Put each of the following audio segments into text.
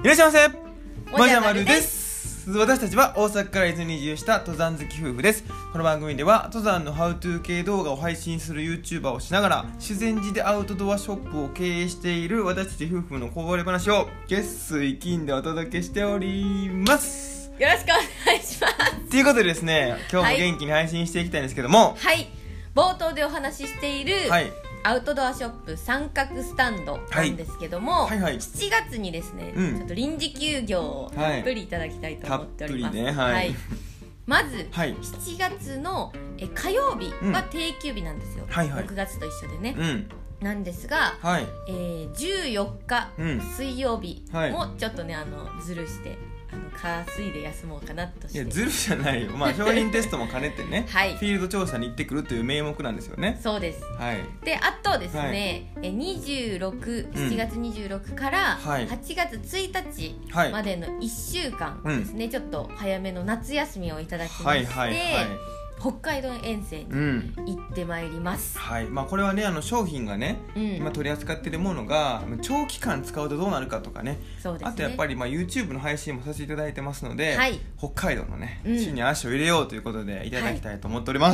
いらっしゃいませ。 もじゃまるです。 私たちは大阪から伊豆に移住した登山好き夫婦です。この番組では登山のハウトゥー系動画を配信する YouTuber をしながら修善寺でアウトドアショップを経営している私たち夫婦のこぼれ話を月水金でお届けしております。 よろしくお願いします。 ということでですね、今日も元気に配信していきたいんですけども、 はい、冒頭でお話ししている、 はい、 アウトドアショップ三角スタンドなんですけども、 はいはいはい、 7月にですね、ちょっと臨時休業をたっぷりいただきたいと思っております。 たっぷりね、はい、 まず、 はい、 7月の火曜日は定休日なんですよ、 はいはい、 6月と一緒でね、なんですが、 はい、 14日、水曜日もちょっとねずるして火水で休もうかなとして。 いやずるじゃないよ、まあ、商品テストも兼ねてね、はい、フィールド調査に行ってくるという名目なんですよね。 そうです、はい、であとですね、はい、7月26から8月1日までの1週間ですね、ちょっと早めの夏休みをいただきまして、北海道遠征に行ってまいります。 はい、まあ、これはね商品がね、今取り扱っているものが長期間使うとどうなるかとかね、そうですね、あとやっぱりYouTube の配信もさせていただいてますので、はい、北海道のね地に足を入れようということでいただきたいと思っております。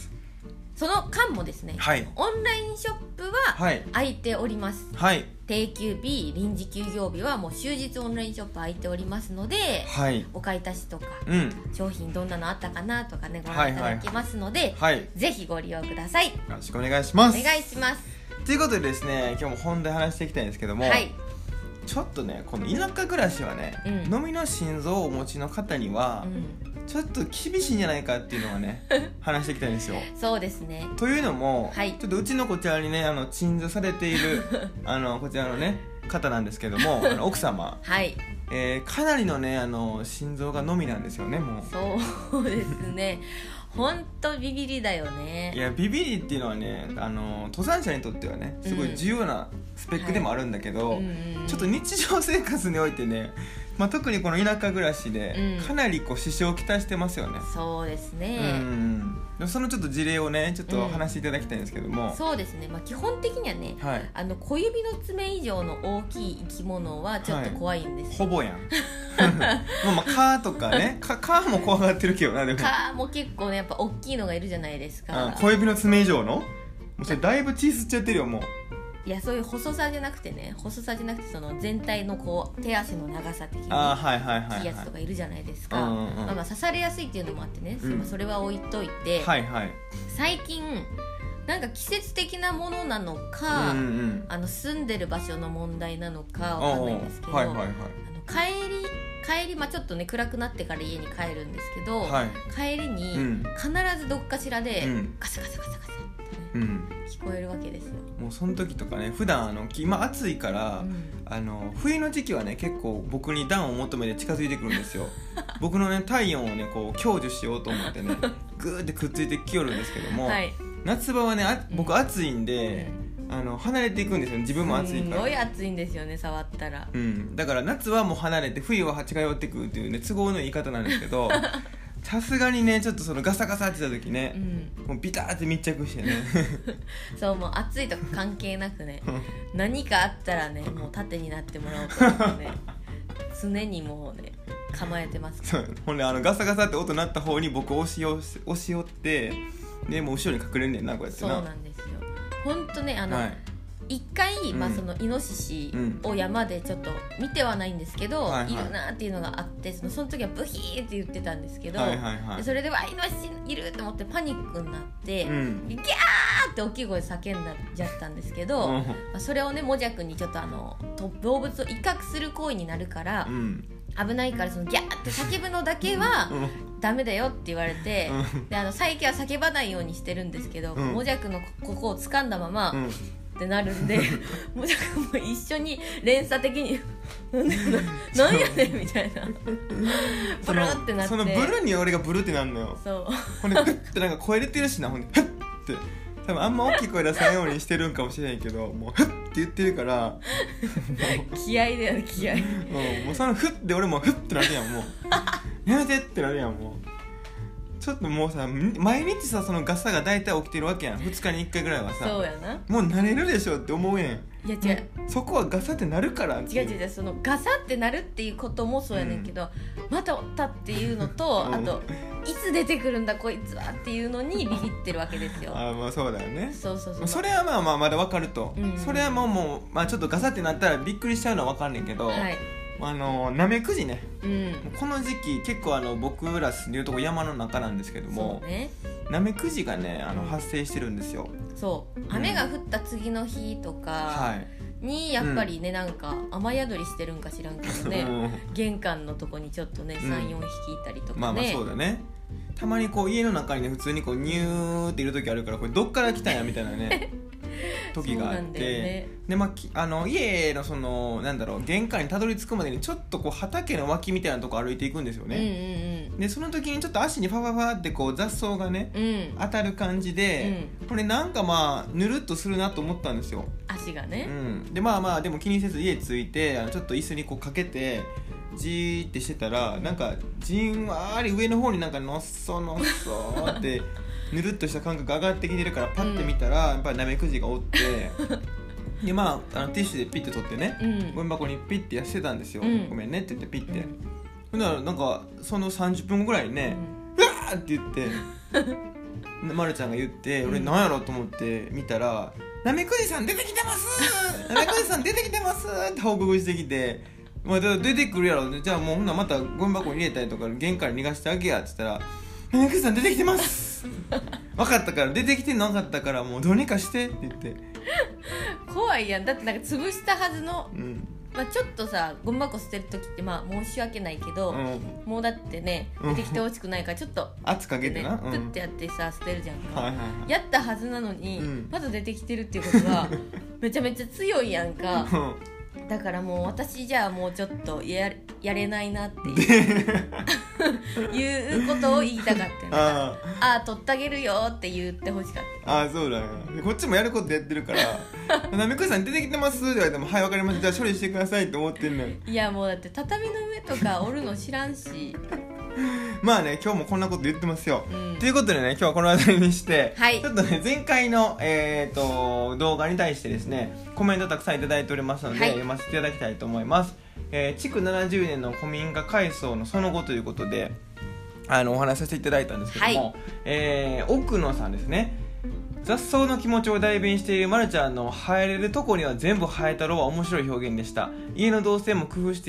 その間もですね、はい、オンラインショップは開いております、はい、定休日、臨時休業日はもう終日オンラインショップ開いておりますので、はい、お買い足しとか、商品どんなのあったかなとかね、ご覧いただけますので、ぜひご利用ください。よろしくお願いします。 お願いします。 ということでですね、今日も本題話していきたいんですけども、はい、ちょっとねこの田舎暮らしはね、飲みの心臓をお持ちの方には、ちょっと厳しいんじゃないかっていうのはね話していきたいんですよ。 そうですね。 というのも、 はい、 ちょっとうちのこちらにね鎮座されているこちらのね方なんですけども奥様、はい、かなりのね心臓がのみなんですよね。もうそうですねほんとビビりだよね。 いやビビりっていうのはね登山者にとってはねすごい重要なスペックでもあるんだけど、はい、ちょっと日常生活においてね、特にこの田舎暮らしでかなり支障をきたしてますよね。 そうですね。 そのちょっと事例をねちょっと話していただきたいんですけども、 そうですね、基本的にはね、はい、小指の爪以上の大きい生き物はちょっと怖いんですよ、 ほぼやん蚊とかね蚊も怖がってるけどな。でも蚊も結構ねやっぱ大きいのがいるじゃないですか。 小指の爪以上のもうそれだいぶ血吸っちゃってるよもう。 いやそういう細さじゃなくてその全体の手足の長さ的に大きいやつとかいるじゃないですか。刺されやすいっていうのもあってね、それは置いといて、最近なんか季節的なものなのか、住んでる場所の問題なのかわかんないんですけど、帰りちょっとね暗くなってから家に帰るんですけど、帰りに必ずどっかしらでガサガサガサガサってね、聞こえるわけですよ。 もうその時とかね普段今暑いから、冬の時期はね結構僕に暖を求めて近づいてくるんですよ僕のね体温をね享受しようと思ってねグーってくっついてきよるんですけども、夏場はね僕暑いんで、離れていくんですよね。自分も暑いからすごい暑いんですよね触ったら、 だから夏はもう離れて冬は近寄ってくるっていうね都合のいい方なんですけどさすがにねちょっとそのガサガサってした時ね、もうビターって密着してねそうもう暑いとか関係なくね何かあったらねもう盾になってもらおうと思ってね常にもうね構えてます。 そうほんでガサガサって音鳴った方に僕押し寄ってでもう後ろに隠れんねんなこうやってな。 そうなんですよほんとね一回、そのイノシシを山でちょっと見てはないんですけど、いるなっていうのがあってその時はブヒーって言ってたんですけど、でそれでイノシシいると思ってパニックになって、ギャーって大きい声叫んだじゃったんですけど、それをねもじゃくんにちょっと動物を威嚇する行為になるから、危ないからそのギャーって叫ぶのだけはダメだよって言われて、で最近は叫ばないようにしてるんですけど、もじゃくんのここを掴んだまま、ってなるんでもじゃくんも一緒に連鎖的になんやねんみたいなブルってなって、 そのブルに俺がブルってなるのよ。 そうほんでフッってなんか声出てるしな、ほんでフッって多分あんま大きい声出さないようにしてるんかもしれないけどもうフッって言ってるから気合だよね気合もうそのフッで俺もフッってなるやんもうやめてってなるやんもうちょっともうさ毎日さそのガサが大体起きてるわけやん。2日に1回ぐらいはさそうやな。 もう慣れるでしょって思うやん。 いや違う、 そこはガサってなるからって違うそのガサってなるっていうこともそうやねんけど、またおったっていうのと、あといつ出てくるんだこいつはっていうのにビビってるわけですよ。 まあそうだよね。 そうそれはまあまあまだ分かると、それはもうまあちょっとガサってなったらびっくりしちゃうのは分かんねんけど、 はい、 なめくじね、この時期結構僕ら住んでるとこ山の中なんですけども、 ね、 なめくじがね発生してるんですよ。 そう雨が降った次の日とかにやっぱりね、なんか雨宿りしてるんか知らんけどね、玄関のとこにちょっとね 3,4 匹いたりとかね、 まあまあそうだね。たまにこう家の中にね普通にこうニューっている時あるから、これどっから来たんやみたいなね時があって、ね、でまあ家のそのなんだろう玄関にたどり着くまでにちょっとこう畑の脇みたいなとこ歩いていくんですよね、でその時にちょっと足にファファファってこう雑草がね、当たる感じで、これなんかまあぬるっとするなと思ったんですよ、 足がね、 でまあまあでも気にせず家着いてちょっと椅子にこうかけてじーってしてたら、なんかじんわり上の方になんかのっそのっそってぬるっとした感覚が上がってきてるから、パッて見たらやっぱりなめくじがおってでまあティッシュでピッて取ってね、ゴミ箱にピッてやしてたんですよ、ごめんねって言ってピッて、だからなんかその30分後ぐらいにね、うわーって言ってまるちゃんが言って、俺なんやろうと思って見たら、なめくじさん出てきてますなめくじさん出てきてますって報告してきて、まあ、出てくるやろ、じゃあもうほんならまたゴミ箱に入れたりとか玄関に逃がしてあげやって言ったら、なめくじさん出てきてます分かったから、出てきてんの分かったからもうどうにかしてって言って。 怖いやん。だってなんか潰したはずの、まあ、ちょっとさゴミ箱捨てる時ってまあ申し訳ないけど、もうだってね出てきてほしくないからちょっと圧かけてな、 プッてやってさ捨てるじゃんか、 はいはいはい、 やったはずなのに、まだ出てきてるっていうことはめちゃめちゃ強いやんかだからもう私じゃあもうちょっとやれないなっていうことを言いたかったあ取ってあげるよって言ってほしかった。 そうだよ、こっちもやることやってるからなめくじさん出てきてますって言われても、はい分かりましたじゃあ処理してくださいって思ってんのよ。 いやもうだって畳の上とかおるの知らんしまあね今日もこんなこと言ってますよ、ということでね今日はこの辺りにして、ちょっとね前回の、動画に対してですねコメントたくさんいただいておりますので、読ませていただきたいと思います。築70年の古民家改装のその後ということでお話しさせていただいたんですけども、奥野さんですね。雑草の気持ちを代弁しているまるちゃんの生えれるとこには全部生えたろうは面白い表現でした。家の動線も工夫して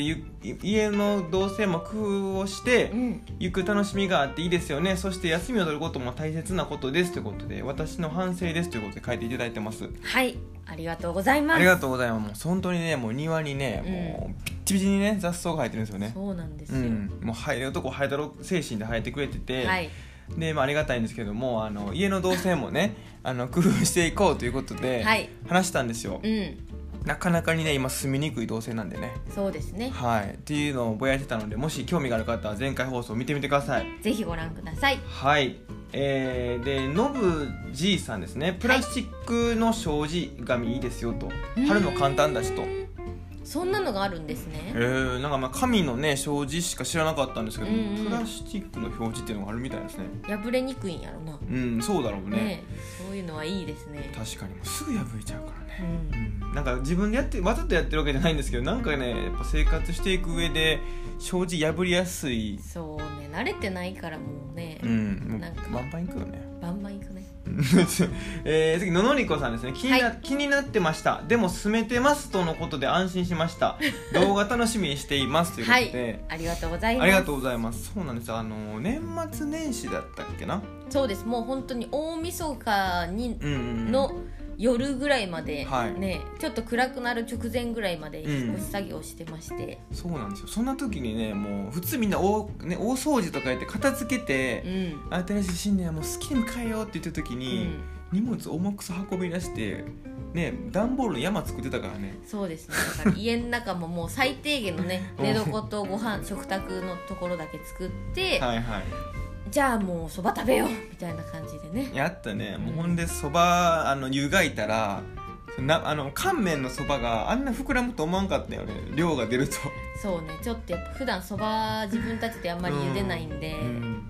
行く楽しみがあっていいですよね。そして休みを取ることも大切なことですということで、私の反省ですということで書いていただいてます。 はい、ありがとうございます。 ありがとうございます。もう本当にねもう庭にね、もうピッチピチにね雑草が生えてるんですよね。 そうなんですよ、 もう生えるとこ生えたろう精神で生えてくれてて、でありがたいんですけども家の動線もね工夫していこうということで話したんですよ、なかなかにね今住みにくい動線なんでね。 そうですね、 っていうのをぼやいてたので、もし興味がある方は前回放送を見てみてください。 ぜひご覧ください。 でノブ G さんですね。プラスチックの障子紙いいですよと、貼るの簡単だしと。 そんなのがあるんですね。 なんか紙のね障子しか知らなかったんですけど、プラスチックの表示っていうのがあるみたいですね。 破れにくいんやろな。 そうだろうね。 そういうのはいいですね。 確かにもうすぐ破れちゃうからね、なんか自分でわざとやってるわけじゃないんですけど、なんかねやっぱ生活していく上で障子破りやすい。 そうね、慣れてないからもうね、 なんかバンバンいくよね。 バンバンいくね次ののりこさんですね。気になってました。でも住めてますとのことで安心しました。動画楽しみにしていますということで、 ありがとうございます。 ありがとうございます。そうなんです。年末年始だったっけな。 そうです。もう本当に大晦日にの夜ぐらいまでね、ちょっと暗くなる直前ぐらいまで引っ越し作業してまして、 そうなんですよ。そんな時にねもう普通みんな大掃除とかやって片付けて、新しい新年はもう好きに迎えようって言ってる時に、荷物重くそ運び出してね、段ボールの山作ってたからね。 そうですね。だから家の中ももう最低限のね寝床とご飯食卓のところだけ作ってじゃあもうそば食べようみたいな感じでねやったね。もうほんでそば湯がいたら乾麺のそばがあんな膨らむと思わんかったよね、量が出ると。 そうね、ちょっとやっぱ普段そば自分たちであんまり茹でないんで、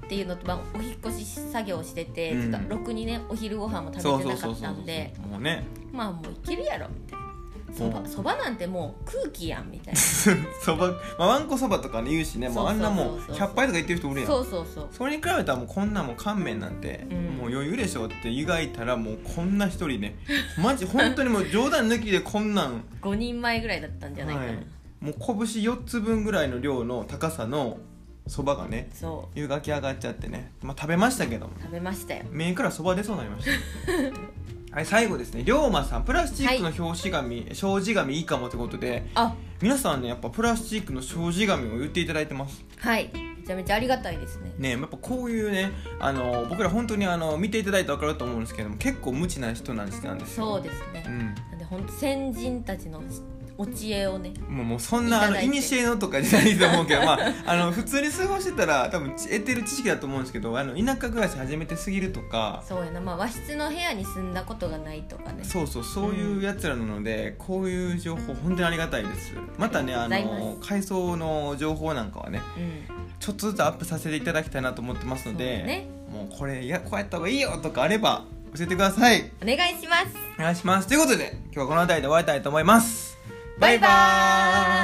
っていうのと、お引っ越し作業してて、ちょっとろくにねお昼ご飯も食べてなかったんで、 もうね、 もういけるやろみたいな。そばなんてもう空気やんみたいなそば、わんこそばとかね言うしね、もうあんなもう100杯とか言ってる人おるやん。それに比べたらもうこんなもう乾麺なんて、もう余裕でしょって湯がいたら、もうこんな一人ねマジ本当にもう冗談抜きでこんなん 5人前ぐらいだったんじゃないかな、 もう拳4つ分ぐらいの量の高さのそばがね湯がき上がっちゃってね、食べましたけども、 食べましたよ。 麺からそば出そうになりましたはい、最後ですね、龍馬さん、プラスチックの表紙紙、障子紙いいかもということで、皆さんねやっぱプラスチックの障子紙を言っていただいてます。 はい、めちゃめちゃありがたいですね。 やっぱこういうね、僕ら本当に見ていただいて分かると思うんですけども、結構無知な人なんですよ。 そうですね、なんで本当先人たちのお知恵をね、 もうそんなイニシエのとかじゃないと思うけど普通に過ごしてたら多分得てる知識だと思うんですけど、田舎暮らし始めてすぎるとか、 そうやな、和室の部屋に住んだことがないとかね、 そういうやつらなので、こういう情報本当にありがたいです。またね改装の情報なんかはね、ちょっとずつアップさせていただきたいなと思ってますので、もうこうやった方がいいよとかあれば教えてください。 お願いします。 お願いします。ということで今日はこの辺りで終わりたいと思います。バイバーイ。